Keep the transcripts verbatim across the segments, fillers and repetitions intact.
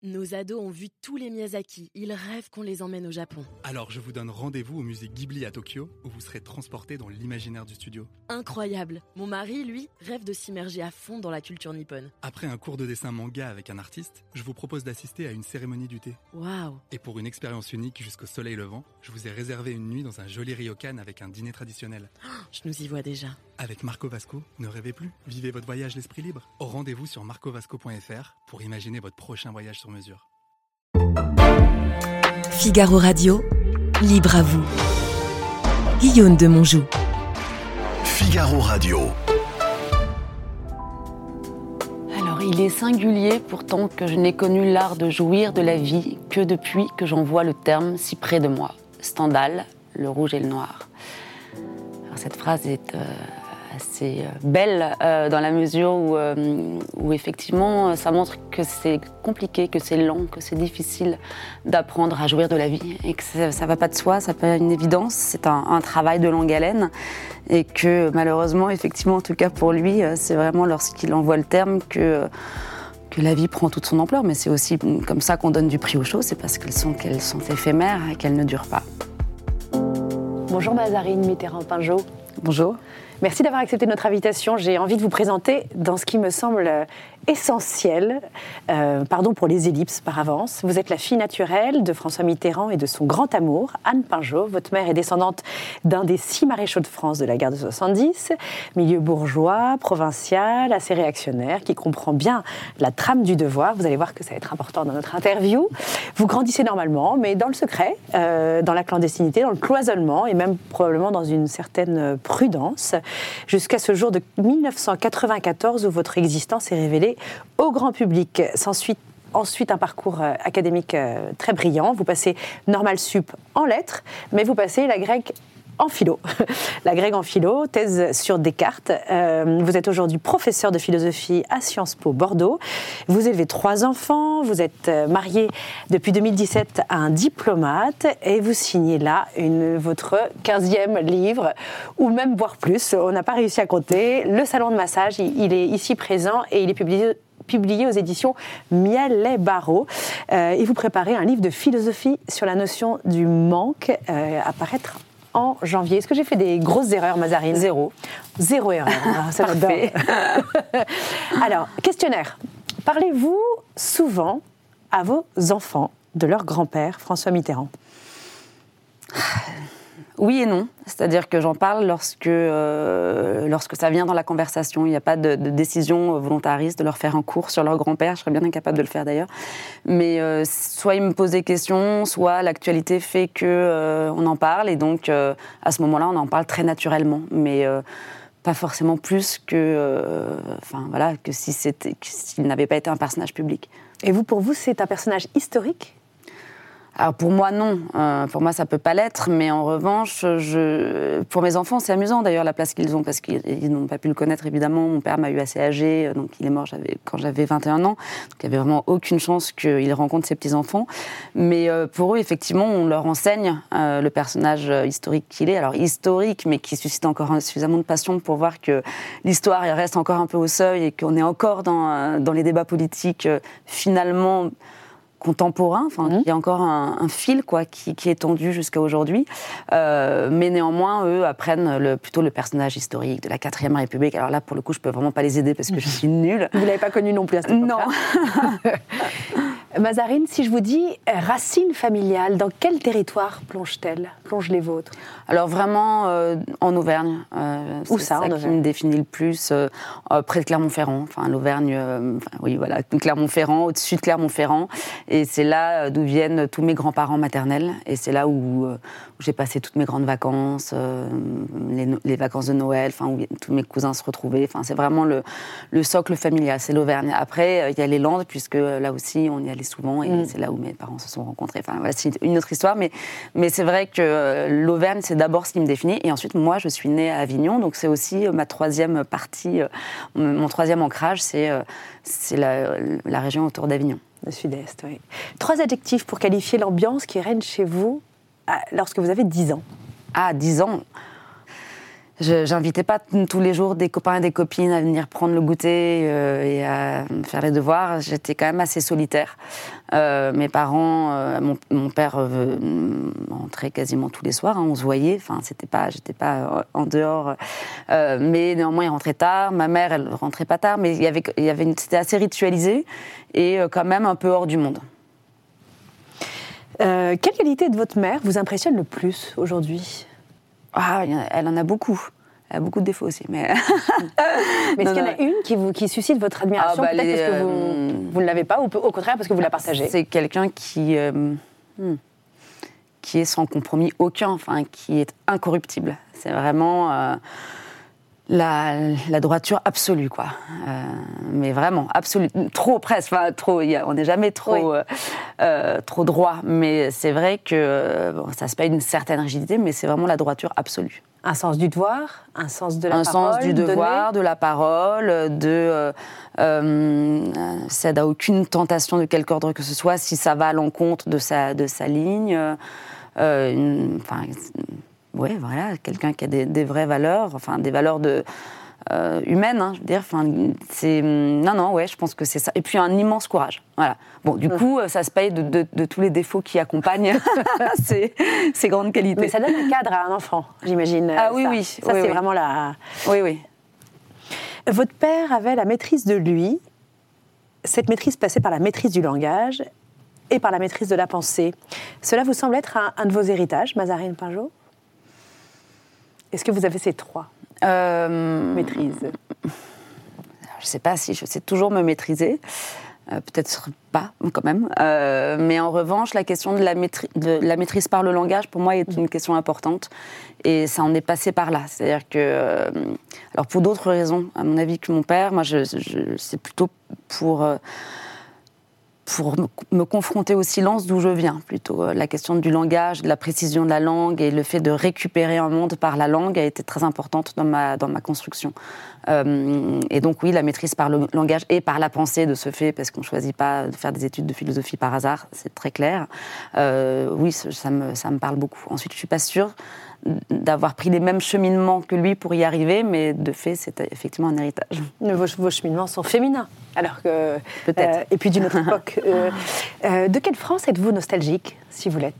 Nos ados ont vu tous les Miyazaki. Ils rêvent qu'on les emmène au Japon. Alors je vous donne rendez-vous au musée Ghibli à Tokyo, où vous serez transportés dans l'imaginaire du studio. Incroyable. Mon mari, lui, rêve de s'immerger à fond dans la culture nippone. Après un cours de dessin manga avec un artiste, je vous propose d'assister à une cérémonie du thé. Waouh. Et pour une expérience unique jusqu'au soleil levant, je vous ai réservé une nuit dans un joli ryokan avec un dîner traditionnel. Oh, je nous y vois déjà. Avec Marco Vasco, ne rêvez plus, vivez votre voyage l'esprit libre. Au rendez-vous sur marco vasco point f r pour imaginer votre prochain voyage sur mesure. Figaro Radio, libre à vous. Guillaume de Monjou. Figaro Radio. Alors, il est singulier pourtant que je n'ai connu l'art de jouir de la vie que depuis que j'en vois le terme si près de moi. Stendhal, le rouge et le noir. Alors, cette phrase est euh, assez belle euh, dans la mesure où, euh, où effectivement ça montre que c'est compliqué, que c'est lent, que c'est difficile d'apprendre à jouir de la vie et que ça ne va pas de soi, ça peut être une évidence, c'est un, un travail de longue haleine et que malheureusement, effectivement, en tout cas pour lui, c'est vraiment lorsqu'il en voit le terme que, que la vie prend toute son ampleur, mais c'est aussi comme ça qu'on donne du prix aux choses, c'est parce qu'elles sont, qu'elles sont éphémères et qu'elles ne durent pas. Bonjour Mazarine Mitterrand-Pinjot. Bonjour. Merci d'avoir accepté notre invitation. J'ai envie de vous présenter dans ce qui me semble essentiel. Euh, pardon pour les ellipses par avance. Vous êtes la fille naturelle de François Mitterrand et de son grand amour, Anne Pinjot. Votre mère est descendante d'un des six maréchaux de France de la guerre de soixante-dix, milieu bourgeois, provincial, assez réactionnaire, qui comprend bien la trame du devoir. Vous allez voir que ça va être important dans notre interview. Vous grandissez normalement, mais dans le secret, euh, dans la clandestinité, dans le cloisonnement et même probablement dans une certaine prudence, jusqu'à ce jour de dix-neuf cent quatre-vingt-quatorze où votre existence est révélée au grand public. S'ensuit ensuite un parcours académique très brillant. Vous passez Normal Sup en lettres, mais vous passez la grecque en philo. La grecque en philo, thèse sur Descartes. Euh, vous êtes aujourd'hui professeur de philosophie à Sciences Po Bordeaux. Vous élevez trois enfants, vous êtes marié depuis deux mille dix-sept à un diplomate et vous signez là une, votre quinzième livre, ou même voire plus, on n'a pas réussi à compter. Le salon de massage, il, il est ici présent et il est publié publié aux éditions Miel et Barreau. Euh, et vous préparez un livre de philosophie sur la notion du manque euh, à paraître en janvier. Est-ce que j'ai fait des grosses erreurs, Mazarine ? Zéro. Zéro erreur. Ah, ça Parfait. Alors, questionnaire. Parlez-vous souvent à vos enfants de leur grand-père, François Mitterrand ? Oui et non. C'est-à-dire que j'en parle lorsque, euh, lorsque ça vient dans la conversation. Il n'y a pas de, de décision volontariste de leur faire un cours sur leur grand-père. Je serais bien incapable de le faire d'ailleurs. Mais euh, soit ils me posent des questions, soit l'actualité fait qu'on euh, en parle. Et donc, euh, à ce moment-là, on en parle très naturellement. Mais euh, pas forcément plus que, euh, enfin, voilà, que si c'était, que s'il n'avait pas été un personnage public. Et vous, pour vous, c'est un personnage historique ? Alors pour moi, non. Euh, pour moi, ça peut pas l'être. Mais en revanche, je... pour mes enfants, c'est amusant d'ailleurs la place qu'ils ont parce qu'ils n'ont pas pu le connaître évidemment. Mon père m'a eu assez âgée, donc il est mort j'avais... quand j'avais vingt et un ans. Donc il n'y avait vraiment aucune chance qu'ils rencontrent ses petits-enfants. Mais euh, pour eux, effectivement, on leur enseigne euh, le personnage historique qu'il est. Alors historique, mais qui suscite encore suffisamment de passion pour voir que l'histoire reste encore un peu au seuil et qu'on est encore dans, dans les débats politiques euh, finalement contemporain, enfin, mmh. il y a encore un, un fil quoi, qui, qui est tendu jusqu'à aujourd'hui. Euh, mais néanmoins, eux apprennent le, plutôt le personnage historique de la quatrième République. Alors là, pour le coup, je ne peux vraiment pas les aider parce que je suis nulle. Vous ne l'avez pas connu non plus à cette époque-là ? Non. Mazarine, si je vous dis racine familiale, dans quel territoire plonge-t-elle ? Plonge les vôtres ? Alors vraiment euh, en Auvergne. Euh, Où c'est ça, ça en qui Auvergne ? me définit le plus, euh, euh, près de Clermont-Ferrand. Enfin, l'Auvergne, euh, enfin, oui, voilà, Clermont-Ferrand, au-dessus de Clermont-Ferrand. Et c'est là d'où viennent tous mes grands-parents maternels. Et c'est là où, euh, où j'ai passé toutes mes grandes vacances, euh, les, les vacances de Noël, enfin, où tous mes cousins se retrouvaient. Enfin, c'est vraiment le, le socle familial, c'est l'Auvergne. Après, il y a les Landes, puisque là aussi, on y allait souvent. Et mmh. c'est là où mes parents se sont rencontrés. Enfin, voilà, c'est une autre histoire. Mais, mais c'est vrai que euh, l'Auvergne, c'est d'abord ce qui me définit. Et ensuite, moi, je suis née à Avignon. Donc, c'est aussi ma troisième partie, euh, mon troisième ancrage, c'est, euh, c'est la, la région autour d'Avignon. Le sud-est, oui. Trois adjectifs pour qualifier l'ambiance qui règne chez vous lorsque vous avez dix ans. Ah, dix ans. Je, j'invitais pas t- tous les jours des copains et des copines à venir prendre le goûter euh, et à faire les devoirs. J'étais quand même assez solitaire. Euh, mes parents, euh, mon, mon père euh, rentrait quasiment tous les soirs. Hein, on se voyait. Enfin, c'était pas, j'étais pas en dehors. Euh, mais néanmoins, il rentrait tard. Ma mère, elle rentrait pas tard, mais il y avait, il y avait une, c'était assez ritualisé et euh, quand même un peu hors du monde. Euh, quelle qualité de votre mère vous impressionne le plus aujourd'hui ? Ah, elle en a beaucoup. Elle a beaucoup de défauts aussi, mais... Mais est-ce Non, qu'il y en non. a une qui, vous, qui suscite votre admiration, Ah, bah, peut-être les, parce que vous, euh, vous ne l'avez pas, ou au contraire parce que vous la partagez ? C'est quelqu'un qui, euh, hmm, qui est sans compromis aucun, enfin, qui est incorruptible. C'est vraiment euh, la, la droiture absolue, quoi. Euh, mais vraiment, absolue. Trop presque, enfin, trop, y a, on n'est jamais trop, Oui. euh, euh, trop droit. Mais c'est vrai que euh, bon, ça se paye une certaine rigidité, mais c'est vraiment la droiture absolue. Un sens du devoir, un sens de la Un parole, sens du devoir, de la parole, de euh, euh, cède à aucune tentation de quelque ordre que ce soit si ça va à l'encontre de sa, de sa ligne. Euh, une, enfin, ouais, voilà, quelqu'un qui a des, des vraies valeurs, enfin des valeurs de, euh, humaines, hein, je veux dire. Enfin, c'est non, non, ouais, je pense que c'est ça. Et puis un immense courage. Voilà. Bon, du coup, ça se paye de, de, de tous les défauts qui accompagnent ces, ces grandes qualités. Mais ça donne un cadre à un enfant, j'imagine. Ah oui, ça. oui. Ça, oui, c'est oui. vraiment la... Oui, oui. Votre père avait la maîtrise de lui. Cette maîtrise passait par la maîtrise du langage et par la maîtrise de la pensée. Cela vous semble être un, un de vos héritages, Mazarine Pinjot ? Est-ce que vous avez ces trois Euh, maîtrises ? Je ne sais pas si je sais toujours me maîtriser. Euh, peut-être pas, quand même. Euh, mais en revanche, la question de la, maîtrise, de la maîtrise par le langage, pour moi, est une question importante. Et ça en est passé par là. C'est-à-dire que... Euh, alors, pour d'autres raisons, à mon avis, que mon père, moi, je, je, c'est plutôt pour... Euh, pour me confronter au silence d'où je viens, plutôt. La question du langage, de la précision de la langue et le fait de récupérer un monde par la langue a été très importante dans ma, dans ma construction. Euh, et donc oui, la maîtrise par le langage et par la pensée de ce fait, parce qu'on ne choisit pas de faire des études de philosophie par hasard, c'est très clair. Euh, oui, ça me, ça me parle beaucoup. Ensuite, je ne suis pas sûre d'avoir pris les mêmes cheminements que lui pour y arriver, mais de fait, c'est effectivement un héritage. Vos, vos cheminements sont féminins, alors que... Peut-être. Euh, et puis d'une autre époque. Euh, euh, de quelle France êtes-vous nostalgique, si vous l'êtes ?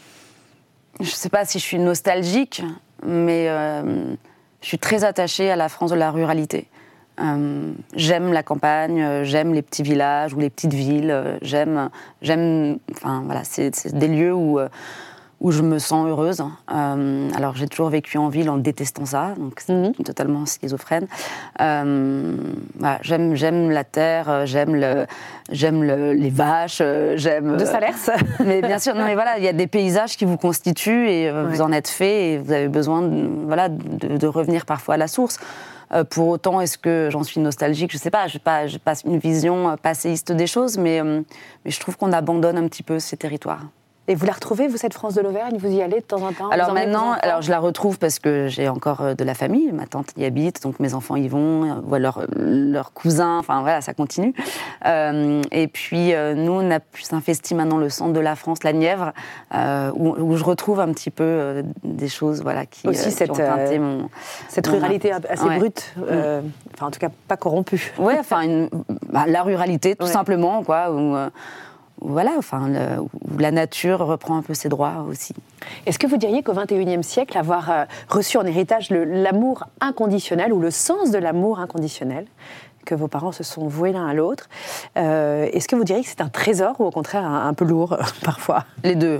Je ne sais pas si je suis nostalgique, mais euh, je suis très attachée à la France de la ruralité. Euh, j'aime la campagne, j'aime les petits villages ou les petites villes, j'aime... j'aime enfin, voilà, c'est, c'est des lieux où... où je me sens heureuse. Euh, alors, j'ai toujours vécu en ville en détestant ça, donc c'est mmh. totalement schizophrène. Euh, voilà, j'aime, j'aime la terre, j'aime, le, j'aime le, les vaches, j'aime... De Salers. Mais bien sûr, non, mais voilà, il y a des paysages qui vous constituent et euh, ouais. vous en êtes fait et vous avez besoin de, voilà, de, de revenir parfois à la source. Euh, pour autant, est-ce que j'en suis nostalgique ? Je ne sais pas, je n'ai pas, pas une vision passéiste des choses, mais, euh, mais je trouve qu'on abandonne un petit peu ces territoires. Et vous la retrouvez, vous, cette France de l'Auvergne ? Vous y allez de temps en temps ? Alors maintenant, alors je la retrouve parce que j'ai encore de la famille. Ma tante y habite, donc mes enfants y vont, voient leurs leur cousins, enfin voilà, ça continue. Euh, et puis euh, nous, on a plus investi maintenant le centre de la France, la Nièvre, euh, où, où je retrouve un petit peu euh, des choses voilà, qui, Aussi euh, cette, qui ont teinté mon... Cette mon ruralité art. assez ouais. brute, euh, mmh. enfin en tout cas pas corrompue. Oui, enfin une, bah, la ruralité, tout ouais. simplement, quoi, où, euh, voilà, enfin, le, où la nature reprend un peu ses droits aussi. Est-ce que vous diriez qu'au vingt et unième siècle, avoir euh, reçu en héritage le, l'amour inconditionnel ou le sens de l'amour inconditionnel, que vos parents se sont voués l'un à l'autre, euh, est-ce que vous diriez que c'est un trésor ou au contraire un, un peu lourd euh, parfois ? Les deux.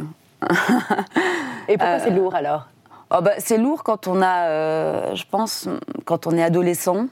Et pourquoi euh, c'est lourd alors ? oh bah, c'est lourd quand on a, euh, je pense, quand on est adolescent.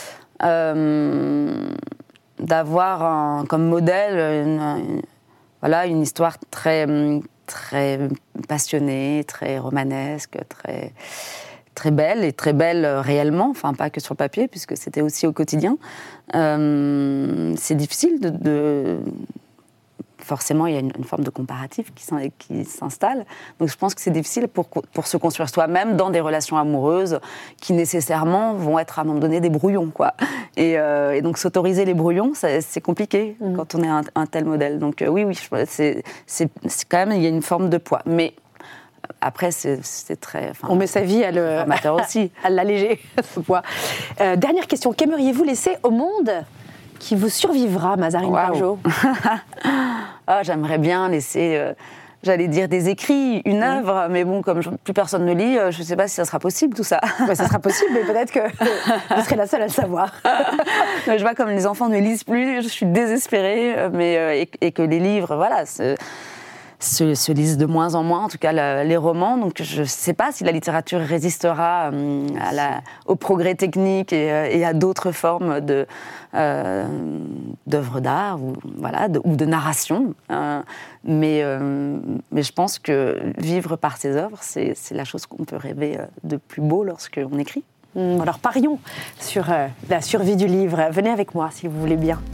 Euh, d'avoir un, comme modèle une, une, voilà, une histoire très, très passionnée, très romanesque, très, très belle, et très belle réellement, enfin pas que sur le papier, puisque c'était aussi au quotidien. Euh, c'est difficile de... de forcément, il y a une, une forme de comparatif qui, qui s'installe. Donc, je pense que c'est difficile pour, pour se construire soi-même dans des relations amoureuses qui, nécessairement, vont être, à un moment donné, des brouillons, quoi. Et, euh, et donc, s'autoriser les brouillons, c'est, c'est compliqué mmh. quand on est un, un tel modèle. Donc, euh, oui, oui, c'est, c'est, c'est quand même, il y a une forme de poids. Mais, après, c'est, c'est très... On met sa vie à le... Formateur aussi. à l'alléger, ce poids. Euh, dernière question, qu'aimeriez-vous laisser au monde qui vous survivra, Mazarine Wow. Pinjot? Ah, j'aimerais bien laisser... Euh, J'allais dire des écrits, une œuvre, mais bon, comme je, plus personne ne lit, je ne sais pas si ça sera possible, tout ça. Ouais, ça sera possible, mais peut-être que vous serez la seule à le savoir. Je vois comme les enfants ne lisent plus, je suis désespérée, mais, euh, et, et que les livres, voilà, se, se, se lisent de moins en moins, en tout cas la, les romans. Donc je ne sais pas si la littérature résistera euh, à la, au progrès technique et, euh, et à d'autres formes de, euh, d'œuvres d'art ou, voilà, de, ou de narration. Euh, mais, euh, mais je pense que vivre par ses œuvres, c'est, c'est la chose qu'on peut rêver de plus beau lorsqu'on écrit. Alors parions sur euh, la survie du livre. Venez avec moi si vous voulez bien.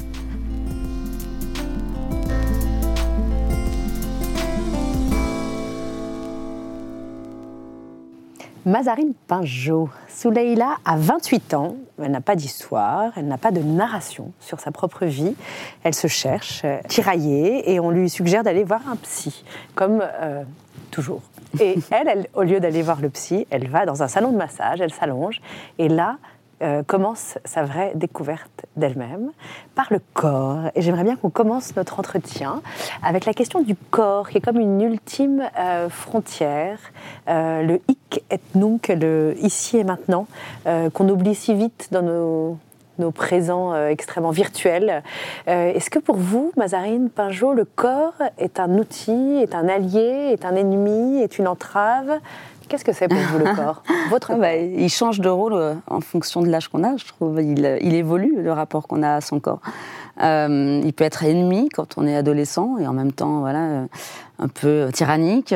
Mazarine Pinjot. Souleïla a vingt-huit ans, elle n'a pas d'histoire, elle n'a pas de narration sur sa propre vie. Elle se cherche, euh, tiraillée, et on lui suggère d'aller voir un psy, comme euh, toujours. Et elle, elle, au lieu d'aller voir le psy, elle va dans un salon de massage, elle s'allonge, et là euh, commence sa vraie découverte d'elle-même par le corps. Et j'aimerais bien qu'on commence notre entretien avec la question du corps, qui est comme une ultime euh, frontière, euh, le hic et nunc, le ici et maintenant, euh, qu'on oublie si vite dans nos, nos présents euh, extrêmement virtuels. Euh, est-ce que pour vous, Mazarine Pinjot, le corps est un outil, est un allié, est un ennemi, est une entrave ? Qu'est-ce que c'est pour vous, le corps? Votre corps? Ah bah, il change de rôle euh, en fonction de l'âge qu'on a, je trouve. Il, il évolue, le rapport qu'on a à son corps. Euh, il peut être ennemi quand on est adolescent et en même temps, voilà, euh, un peu tyrannique. Et,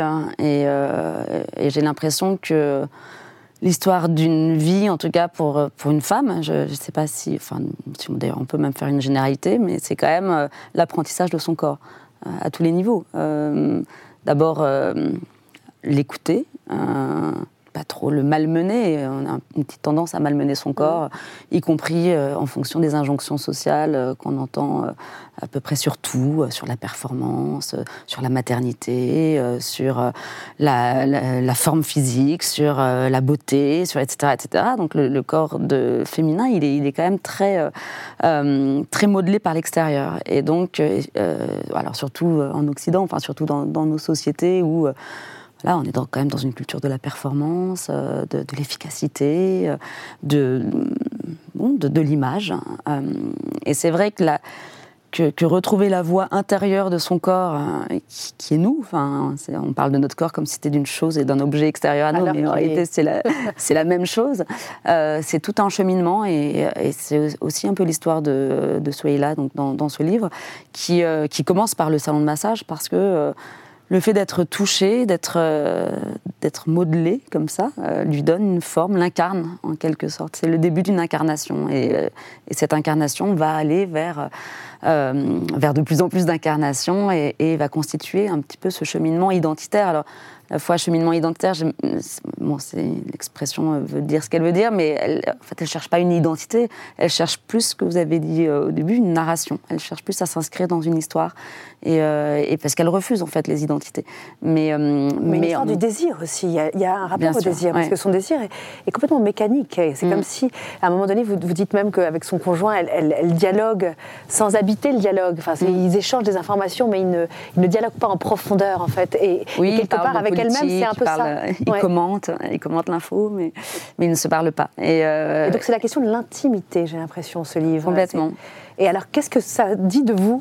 euh, et j'ai l'impression que l'histoire d'une vie, en tout cas pour, pour une femme, je ne sais pas si... Enfin, d'ailleurs, on peut même faire une généralité, mais c'est quand même euh, l'apprentissage de son corps, euh, à tous les niveaux. Euh, d'abord, euh, l'écouter, Euh, pas trop le malmener. On a une petite tendance à malmener son corps, y compris euh, en fonction des injonctions sociales euh, qu'on entend euh, à peu près sur tout, euh, sur la performance, euh, sur la maternité, euh, sur euh, la, la, la forme physique, sur euh, la beauté, sur et cetera, et cetera. Donc le, le corps de, féminin, il est, il est quand même très, euh, euh, très modelé par l'extérieur. Et donc, euh, alors surtout en Occident, enfin surtout dans, dans nos sociétés où euh, là, on est dans, quand même dans une culture de la performance, euh, de, de l'efficacité, euh, de, bon, de, de l'image. Euh, et c'est vrai que, la, que, que retrouver la voix intérieure de son corps, euh, qui, qui est nous, enfin, c'est, on parle de notre corps comme si c'était d'une chose et d'un objet extérieur à nous, alors mais en réalité, est... c'est, la, c'est la même chose. Euh, c'est tout un cheminement et, et c'est aussi un peu l'histoire de, de Souleïla, donc dans, dans ce livre, qui, euh, qui commence par le salon de massage parce que... Euh, le fait d'être touché, d'être, euh, d'être modelé comme ça, euh, lui donne une forme, l'incarne en quelque sorte. C'est le début d'une incarnation. Et, euh, et cette incarnation va aller vers, euh, vers de plus en plus d'incarnations et, et va constituer un petit peu ce cheminement identitaire. Alors, à la fois cheminement identitaire, bon, c'est, l'expression veut dire ce qu'elle veut dire, mais elle, en fait, elle ne cherche pas une identité, elle cherche plus, ce que vous avez dit euh, au début, une narration. Elle cherche plus à s'inscrire dans une histoire, et, euh, et parce qu'elle refuse en fait les identités. Mais, euh, mais, mais l'histoire on... du désir aussi, il y a, il y a un rapport Bien au sûr, désir, ouais. parce que son désir est, est complètement mécanique. C'est mm. comme si, à un moment donné, vous, vous dites même qu'avec son conjoint, elle, elle, elle dialogue sans habiter le dialogue. Enfin, c'est, mm. ils échangent des informations, mais ils ne, ils ne dialoguent pas en profondeur, en fait. Et, oui, et quelque part, avec politique, elle-même, c'est un peu parle, ça. Il ouais. commente, il commente l'info, mais, mais il ne se parle pas. Et, euh... et donc c'est la question de l'intimité, j'ai l'impression, ce livre. Complètement. C'est... Et alors, qu'est-ce que ça dit de vous,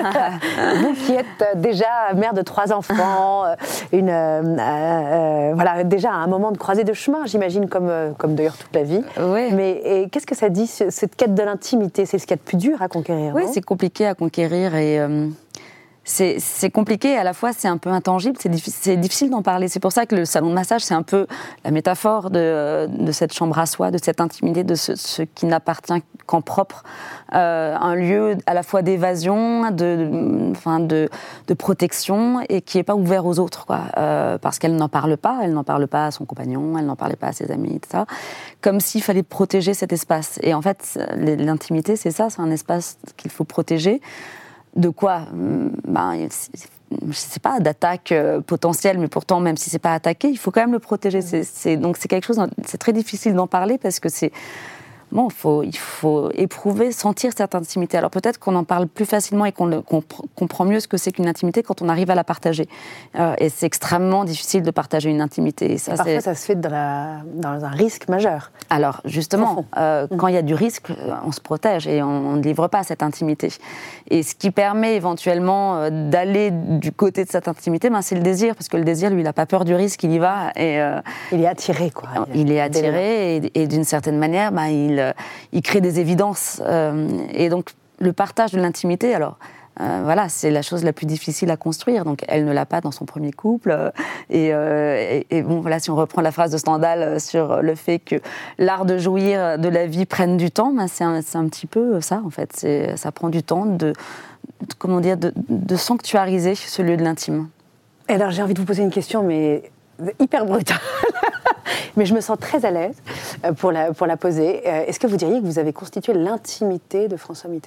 vous qui êtes déjà mère de trois enfants, une, euh, euh, voilà, déjà à un moment de croisée de chemin, j'imagine, comme, comme d'ailleurs toute la vie. Oui. Mais et qu'est-ce que ça dit, cette quête de l'intimité? C'est ce qu'il y a de plus dur à conquérir. Oui, non c'est compliqué à conquérir et... Euh... C'est, c'est compliqué, à la fois c'est un peu intangible, c'est difficile, c'est difficile d'en parler. C'est pour ça que le salon de massage, c'est un peu la métaphore de, de cette chambre à soi, de cette intimité, de ce, ce qui n'appartient qu'en propre. Euh, un lieu à la fois d'évasion, de, de, enfin de, de protection et qui n'est pas ouvert aux autres, quoi. Euh, parce qu'elle n'en parle pas, elle n'en parle pas à son compagnon, elle n'en parlait pas à ses amis, et cetera. Comme s'il fallait protéger cet espace. Et en fait, l'intimité, c'est ça, c'est un espace qu'il faut protéger. de quoi ben, je ne sais pas, d'attaque euh, potentielle, mais pourtant, même si ce n'est pas attaqué, il faut quand même le protéger. C'est, c'est, donc c'est quelque chose, c'est très difficile d'en parler parce que c'est... Bon, faut, il faut éprouver, sentir cette intimité. Alors peut-être qu'on en parle plus facilement et qu'on, le, qu'on comprend mieux ce que c'est qu'une intimité quand on arrive à la partager. Euh, et c'est extrêmement difficile de partager une intimité. Et ça, et parfois, c'est... ça se fait dans, la, dans un risque majeur. Alors justement, euh, mmh. quand il y a du risque, on se protège et on ne livre pas cette intimité. Et ce qui permet éventuellement euh, d'aller du côté de cette intimité, ben, c'est le désir, parce que le désir, lui, il n'a pas peur du risque, il y va. Et, euh, il est attiré, quoi. Il, il est attiré et, et d'une certaine manière, ben, il il crée des évidences. Euh, et donc, le partage de l'intimité, alors, euh, voilà, c'est la chose la plus difficile à construire. Donc, elle ne l'a pas dans son premier couple. Euh, et, euh, et, et bon, voilà, si on reprend la phrase de Stendhal sur le fait que l'art de jouir de la vie prenne du temps, ben, c'est, un, c'est un petit peu ça, en fait. C'est, ça prend du temps de, de, comment dire, de, de sanctuariser ce lieu de l'intime. Et alors, j'ai envie de vous poser une question, mais hyper brutale. Mais je me sens très à l'aise pour la, pour la poser. Est-ce que vous diriez que vous avez constitué l'intimité de François Mitterrand ?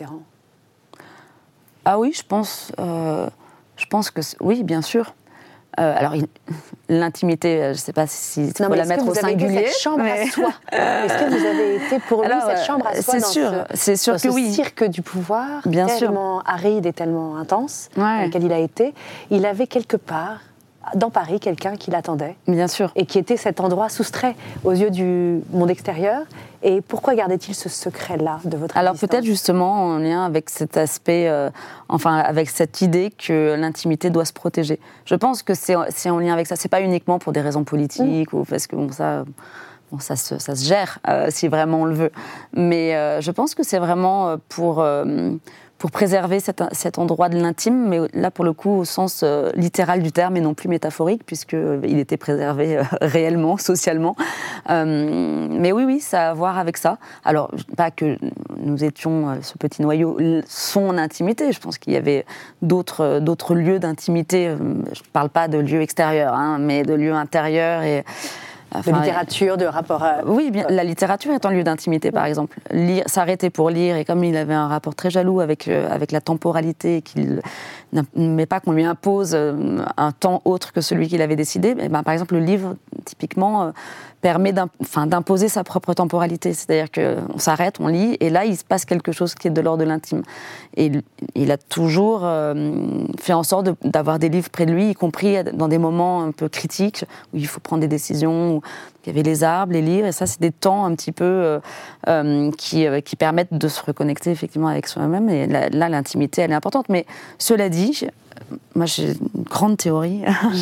Ah oui, je pense, euh, je pense que oui, bien sûr. Euh, alors, il, l'intimité, je ne sais pas si il faut la mettre au singulier. Est-ce que vous avez été cette chambre mais... à soi ? Est-ce que vous avez été pour lui alors, cette chambre à soi c'est dans sûr, ce, c'est sûr dans que ce oui. cirque du pouvoir, bien tellement sûr. aride et tellement intense, ouais. dans lequel il a été, il avait quelque part, dans Paris, quelqu'un qui l'attendait. Bien sûr. Et qui était cet endroit soustrait aux yeux du monde extérieur. Et pourquoi gardait-il ce secret-là de votre Alors existence ? peut-être justement en lien avec cet aspect, euh, enfin avec cette idée que l'intimité doit se protéger. Je pense que c'est, c'est en lien avec ça. C'est pas uniquement pour des raisons politiques mmh. ou parce que bon ça... Bon, ça se, ça se gère, euh, si vraiment on le veut. Mais euh, je pense que c'est vraiment pour, euh, pour préserver cet, cet endroit de l'intime, mais là, pour le coup, au sens euh, littéral du terme et non plus métaphorique, puisqu'il était préservé euh, réellement, socialement. Euh, mais oui, oui, ça a à voir avec ça. Alors, pas que nous étions, euh, ce petit noyau, son intimité. Je pense qu'il y avait d'autres, d'autres lieux d'intimité. Je ne parle pas de lieux extérieurs, hein, mais de lieux intérieurs et... Enfin, de littérature, de rapport à... Oui, bien, la littérature est un lieu d'intimité, par exemple. Lire, s'arrêter pour lire, et comme il avait un rapport très jaloux avec, euh, avec la temporalité, qu'il n'aimait pas qu'on lui impose euh, un temps autre que celui qu'il avait décidé, et ben, par exemple, le livre, typiquement, euh, permet d'imp- enfin, d'imposer sa propre temporalité. C'est-à-dire qu'on s'arrête, on lit, et là, il se passe quelque chose qui est de l'ordre de l'intime. Et il, il a toujours euh, fait en sorte de, d'avoir des livres près de lui, y compris dans des moments un peu critiques, où il faut prendre des décisions. Il y avait les arbres, les livres, et ça, c'est des temps un petit peu euh, euh, qui, euh, qui permettent de se reconnecter effectivement avec soi-même. Et là, là, l'intimité, elle est importante. Mais cela dit, moi, j'ai une grande théorie.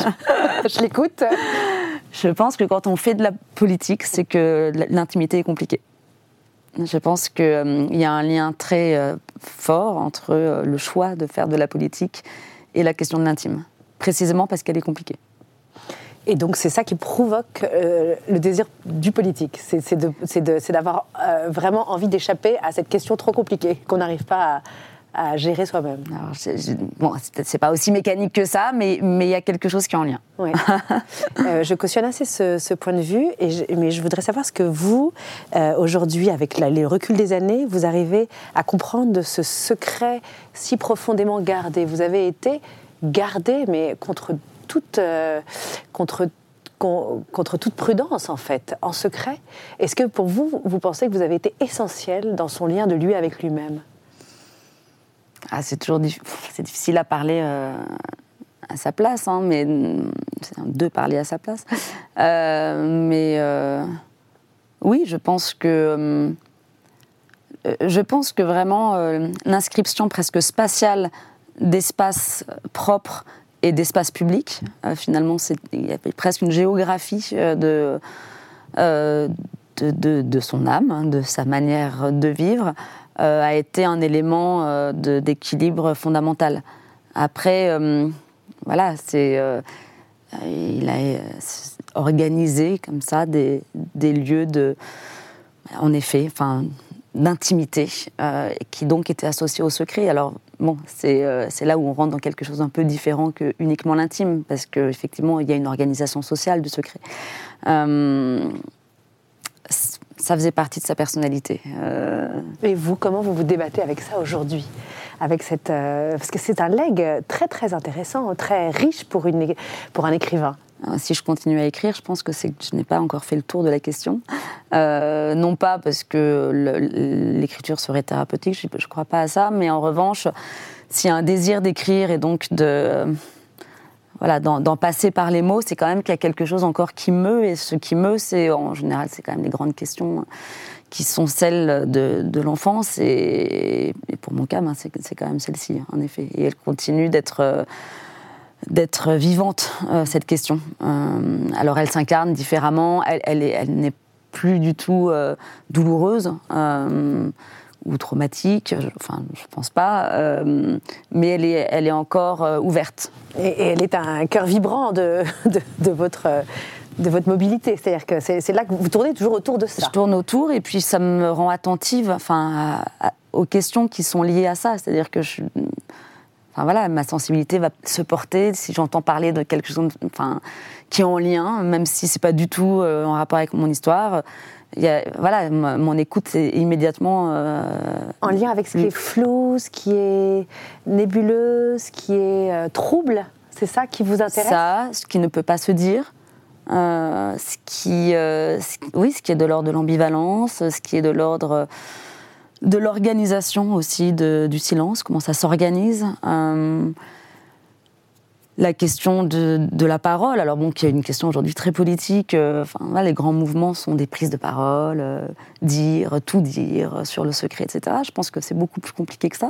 Je l'écoute. Je pense que quand on fait de la politique, c'est que l'intimité est compliquée. Je pense qu'il euh, y a un lien très euh, fort entre euh, le choix de faire de la politique et la question de l'intime, précisément parce qu'elle est compliquée. Et donc c'est ça qui provoque euh, le désir du politique, c'est, c'est, de, c'est, de, c'est d'avoir euh, vraiment envie d'échapper à cette question trop compliquée qu'on n'arrive pas à, à gérer soi-même. Alors, c'est, c'est, bon, c'est, c'est pas aussi mécanique que ça, mais mais il y a quelque chose qui est en lien. Ouais. euh, je cautionne assez ce, ce point de vue, et je, mais je voudrais savoir ce que vous, euh, aujourd'hui, avec la, les reculs des années, vous arrivez à comprendre de ce secret si profondément gardé. Vous avez été gardé, mais contre toute, euh, contre, con, contre toute prudence, en fait, en secret. Est-ce que pour vous, vous pensez que vous avez été essentiel dans son lien de lui avec lui-même ? Ah, c'est toujours dif- c'est difficile à parler euh, à sa place, hein, mais c'est de parler à sa place. Euh, mais euh, oui, je pense que euh, je pense que vraiment euh, l'inscription presque spatiale d'espaces propres et d'espaces publics, euh, finalement, c'est, il y avait presque une géographie euh, de, euh, de, de, de son âme, hein, de sa manière de vivre. Euh, a été un élément euh, de, d'équilibre fondamental. Après, euh, voilà, c'est, euh, il a euh, organisé comme ça des, des lieux de, en effet, enfin, d'intimité, euh, qui donc étaient associés au secret. Alors, bon, c'est, euh, c'est là où on rentre dans quelque chose d'un peu différent que uniquement l'intime, parce qu'effectivement, il y a une organisation sociale du secret. Euh, ça faisait partie de sa personnalité. Euh... Et vous, comment vous vous débattez avec ça aujourd'hui ? avec cette, euh, parce que c'est un legs très très intéressant, très riche pour, une, pour un écrivain. Si je continue à écrire, je pense que c'est que je n'ai pas encore fait le tour de la question. Euh, non pas parce que le, l'écriture serait thérapeutique, je ne crois pas à ça, mais en revanche, s'il y a un désir d'écrire et donc de, voilà, d'en, d'en passer par les mots, c'est quand même qu'il y a quelque chose encore qui meut, et ce qui meut, c'est en général, c'est quand même les grandes questions qui sont celles de, de l'enfance, et, et pour mon cas, ben, c'est, c'est quand même celle-ci, en effet. Et elle continue d'être... Euh, d'être vivante, euh, cette question. Euh, alors elle s'incarne différemment, elle, elle, est, elle n'est plus du tout euh, douloureuse euh, ou traumatique, je, enfin je pense pas, euh, mais elle est, elle est encore euh, ouverte. Et, et elle est un cœur vibrant de, de, de votre... de votre mobilité, c'est-à-dire que c'est, c'est là que vous tournez toujours autour de ça. Je tourne autour et puis ça me rend attentive, enfin, à, à, aux questions qui sont liées à ça, c'est-à-dire que je... Enfin, voilà, ma sensibilité va se porter si j'entends parler de quelque chose, enfin, qui est en lien, même si c'est pas du tout euh, en rapport avec mon histoire. Il y a, voilà, m- mon écoute est immédiatement euh, en lien avec ce qui est flou, ce qui est nébuleux, ce qui est euh, trouble. C'est ça qui vous intéresse ? Ça, ce qui ne peut pas se dire, euh, ce qui, euh, ce, oui, ce qui est de l'ordre de l'ambivalence, ce qui est de l'ordre de l'organisation aussi de, du silence, comment ça s'organise. Euh, la question de, de la parole, alors bon, qui est une question aujourd'hui très politique, euh, enfin, voilà, les grands mouvements sont des prises de parole, euh, dire, tout dire sur le secret, et cetera. Je pense que c'est beaucoup plus compliqué que ça.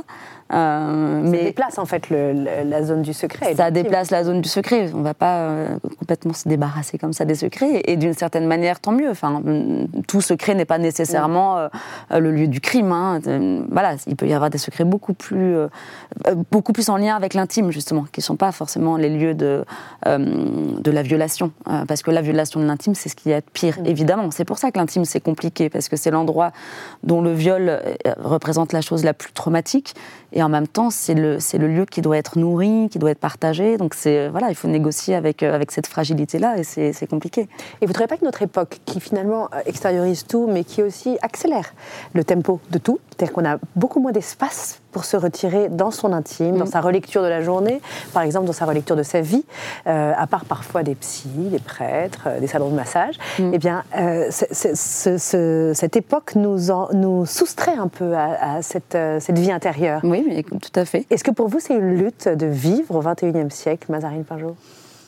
Euh, ça mais déplace en fait le, le, la zone du secret. Ça déplace la zone du secret. On ne va pas euh, complètement se débarrasser comme ça des secrets. Et, et d'une certaine manière, tant mieux. Enfin, tout secret n'est pas nécessairement euh, le lieu du crime. Hein. Euh, voilà, il peut y avoir des secrets beaucoup plus, euh, beaucoup plus en lien avec l'intime, justement, qui ne sont pas forcément les lieux de, euh, de la violation. Euh, parce que la violation de l'intime, c'est ce qu'il y a de pire, mmh. évidemment. C'est pour ça que l'intime, c'est compliqué, parce que c'est l'endroit dont le viol représente la chose la plus traumatique. Et en même temps, c'est le, c'est le lieu qui doit être nourri, qui doit être partagé. Donc, c'est, voilà, il faut négocier avec, avec cette fragilité-là, et c'est, c'est compliqué. Et vous ne trouvez pas que notre époque, qui finalement extériorise tout, mais qui aussi accélère le tempo de tout, c'est-à-dire qu'on a beaucoup moins d'espace pour se retirer dans son intime, mmh. dans sa relecture de la journée, par exemple dans sa relecture de sa vie, euh, à part parfois des psys, des prêtres, euh, des salons de massage, mmh. eh bien, euh, c'est, c'est, c'est, c'est, cette époque nous, en, nous soustrait un peu à, à cette, euh, cette vie intérieure. Oui, mais tout à fait. Est-ce que pour vous, c'est une lutte de vivre au vingt et unième siècle, Mazarine Pinjot ?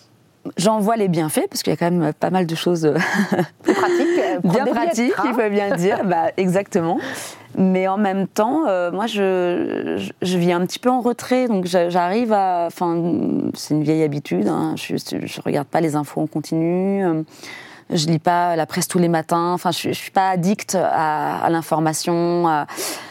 J'en vois les bienfaits, parce qu'il y a quand même pas mal de choses plus pratiques, bien pratiques, il faut bien le dire, bah, exactement. Mais en même temps, euh, moi, je, je, je vis un petit peu en retrait, donc j'arrive à... Enfin, c'est une vieille habitude, hein, je ne regarde pas les infos en continu, euh, je lis pas la presse tous les matins, enfin, je ne suis pas addict à, à l'information, à...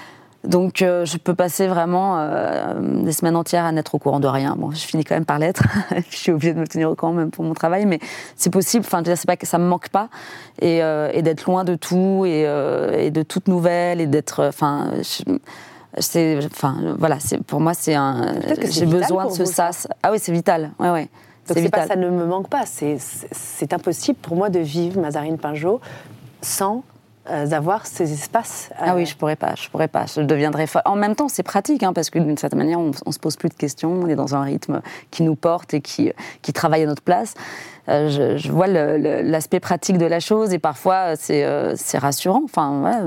Donc, euh, je peux passer vraiment euh, des semaines entières à n'être au courant de rien. Bon, je finis quand même par l'être. Je suis obligée de me tenir au courant même pour mon travail, mais c'est possible. Enfin, c'est pas que ça me manque pas, et, euh, et d'être loin de tout et, euh, et de toute nouvelle et d'être. Enfin, je, c'est. Enfin, voilà. C'est pour moi, c'est un. J'ai besoin de ce sas. Ah oui, c'est vital. Ouais, ouais. Donc c'est, c'est vital. pas ça ne me manque pas. C'est, c'est, c'est impossible pour moi de vivre, Mazarine Pinjot, sans avoir ces espaces. Euh... Ah oui, je pourrais pas, je pourrais pas, je deviendrais folle. En même temps, c'est pratique, hein, parce que d'une certaine manière, on, on se pose plus de questions, on est dans un rythme qui nous porte et qui, qui travaille à notre place. Euh, je, je vois le, le, l'aspect pratique de la chose, et parfois c'est, euh, c'est rassurant. Enfin, voilà,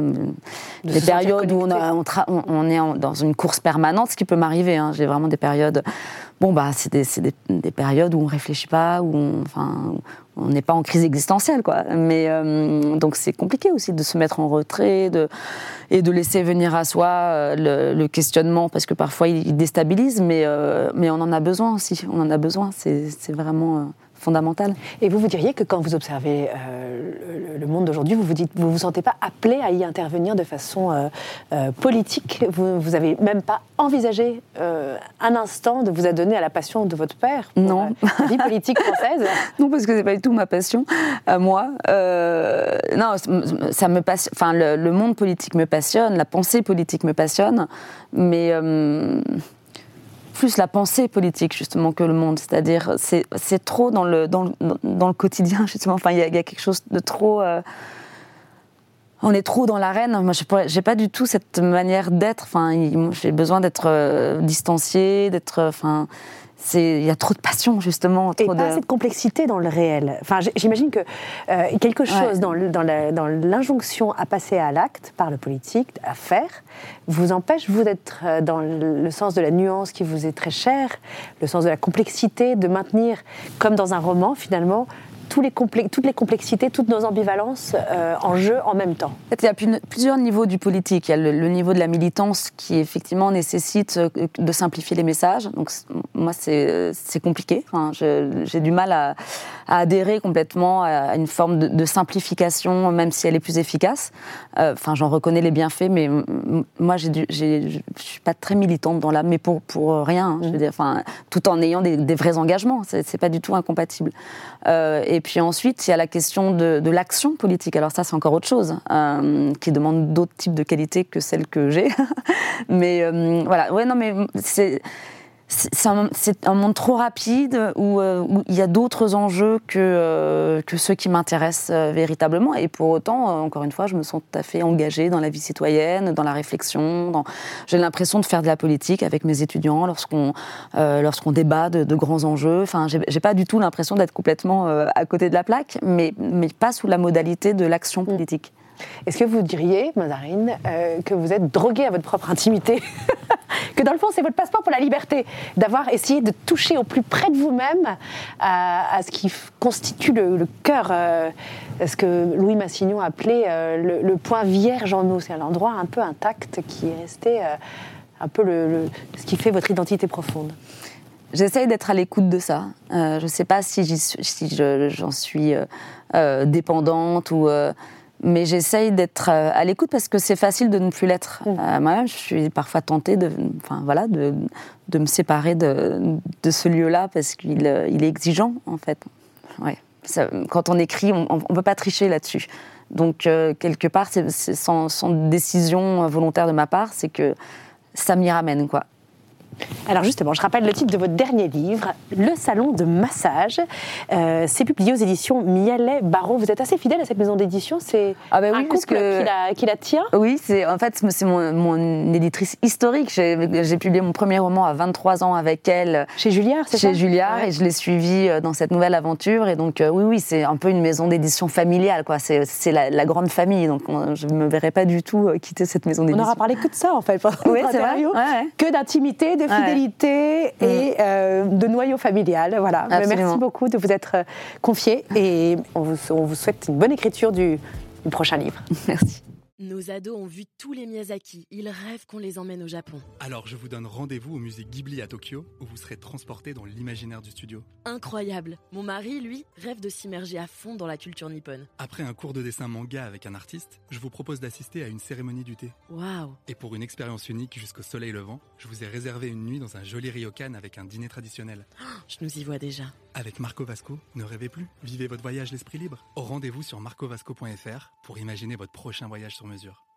des périodes où on, a, on, tra- on, on est en, dans une course permanente, ce qui peut m'arriver. Hein. J'ai vraiment des périodes. Bon, bah, c'est des, c'est des, des périodes où on réfléchit pas, où on, enfin, on n'est pas en crise existentielle, quoi. Mais euh, donc c'est compliqué aussi de se mettre en retrait, de, et de laisser venir à soi euh, le, le questionnement, parce que parfois il déstabilise, mais euh, mais on en a besoin aussi. On en a besoin. C'est, c'est vraiment euh, fondamental. Et vous, vous diriez que quand vous observez euh, le, le monde d'aujourd'hui, vous vous dites, vous vous sentez pas appelé à y intervenir de façon euh, euh, politique. Vous, vous avez même pas envisagé euh, un instant de vous adonner à la passion de votre père pour non. euh, la vie politique française. Non, parce que c'est pas du tout ma passion à moi. Euh, non, ça me passionne. Enfin, le, le monde politique me passionne, la pensée politique me passionne, mais euh, plus la pensée politique justement que le monde. C'est-à-dire, c'est, c'est trop dans le dans le, dans le quotidien justement. Enfin, il y, y a quelque chose de trop. Euh, on est trop dans l'arène. Moi, je pourrais, j'ai pas du tout cette manière d'être. Enfin, il, j'ai besoin d'être euh, distanciée, d'être. Enfin, c'est, il y a trop de passion justement. Trop Et pas de... assez de complexité dans le réel. Enfin, j'imagine que euh, quelque chose Ouais. dans, le, dans, la, dans l'injonction à passer à l'acte par le politique, à faire, vous empêche vous d'être dans le, le sens de la nuance qui vous est très cher, le sens de la complexité, de maintenir, comme dans un roman finalement, tous les complé- toutes les complexités, toutes nos ambivalences euh, en jeu en même temps. En fait, il y a plus- plusieurs niveaux du politique. Il y a le, le niveau de la militance qui effectivement nécessite euh, de simplifier les messages. Donc c- moi, c'est, c'est compliqué. Enfin, je- j'ai du mal à, à adhérer complètement à une forme de, de simplification, même si elle est plus efficace. Euh, Enfin, j'en reconnais les bienfaits, mais m- m- moi, j'ai du, j'ai, je suis pas très militante dans l'âme, mais pour pour rien. Hein, je veux dire, enfin, tout en ayant des, des vrais engagements, c'est, c'est pas du tout incompatible. Euh, et puis ensuite, il y a la question de, de l'action politique. Alors ça, c'est encore autre chose, euh, qui demande d'autres types de qualités que celles que j'ai. mais euh, voilà, ouais, non, mais c'est, c'est, un, c'est un monde trop rapide où, euh, où il y a d'autres enjeux que, euh, que ceux qui m'intéressent euh, véritablement. Et pour autant, euh, encore une fois, je me sens tout à fait engagée dans la vie citoyenne, dans la réflexion. Dans... J'ai l'impression de faire de la politique avec mes étudiants lorsqu'on, euh, lorsqu'on débat de, de grands enjeux. Enfin, j'ai, j'ai pas du tout l'impression d'être complètement euh, à côté de la plaque, mais, mais pas sous la modalité de l'action politique. Est-ce que vous diriez, Mazarine, euh, que vous êtes droguée à votre propre intimité ? Que dans le fond, c'est votre passeport pour la liberté, d'avoir essayé de toucher au plus près de vous-même à, à ce qui f- constitue le, le cœur, euh, ce que Louis Massignon appelait euh, le, le point vierge en nous. C'est un endroit un peu intact qui est resté euh, un peu le, le, ce qui fait votre identité profonde. J'essaye d'être à l'écoute de ça. Euh, je ne sais pas si, j'y suis, si je, j'en suis euh, euh, dépendante ou... Euh, mais j'essaye d'être à l'écoute parce que c'est facile de ne plus l'être. Mmh. Euh, moi-même, je suis parfois tentée de, enfin, voilà, de, de me séparer de, de ce lieu-là parce qu'il il est exigeant, en fait. Ouais. Ça, quand on écrit, on ne peut pas tricher là-dessus. Donc, euh, quelque part, c'est, c'est sans, sans décision volontaire de ma part, c'est que ça m'y ramène, quoi. Alors justement, je rappelle le titre de votre dernier livre, Le Salon de Massage. Euh, c'est publié aux éditions Mialet-Barreau. Vous êtes assez fidèle à cette maison d'édition. C'est ah ben oui, un couple que... qui, la, qui la tient. Oui, c'est, en fait, c'est mon, mon éditrice historique. J'ai, j'ai publié mon premier roman à vingt-trois ans avec elle. Chez Julliard, c'est chez ça ? Chez Julliard, ouais. Et je l'ai suivie dans cette nouvelle aventure. Et donc, euh, oui, oui, c'est un peu une maison d'édition familiale, quoi. C'est, c'est la, la grande famille. Donc, on, je ne me verrais pas du tout quitter cette maison d'édition. On n'aura parlé que de ça, en fait, pendant oui, notre c'est interview. vrai. Ouais, ouais. Que d'intimité, de fidélité. Ouais. Et euh, de noyau familial. Voilà. Merci beaucoup de vous être confié et on vous, on vous souhaite une bonne écriture du, du prochain livre. Merci. Nos ados ont vu tous les Miyazaki. Ils rêvent qu'on les emmène au Japon. Alors je vous donne rendez-vous au musée Ghibli à Tokyo, où vous serez transportés dans l'imaginaire du studio. Incroyable. Mon mari, lui, rêve de s'immerger à fond dans la culture nippone. Après un cours de dessin manga avec un artiste, je vous propose d'assister à une cérémonie du thé. Waouh. Et pour une expérience unique jusqu'au soleil levant, je vous ai réservé une nuit dans un joli ryokan avec un dîner traditionnel. Oh, je nous y vois déjà. Avec Marco Vasco, ne rêvez plus, vivez votre voyage l'esprit libre. Au rendez-vous sur marco vasco point f r pour imaginer votre prochain voyage sur mesure.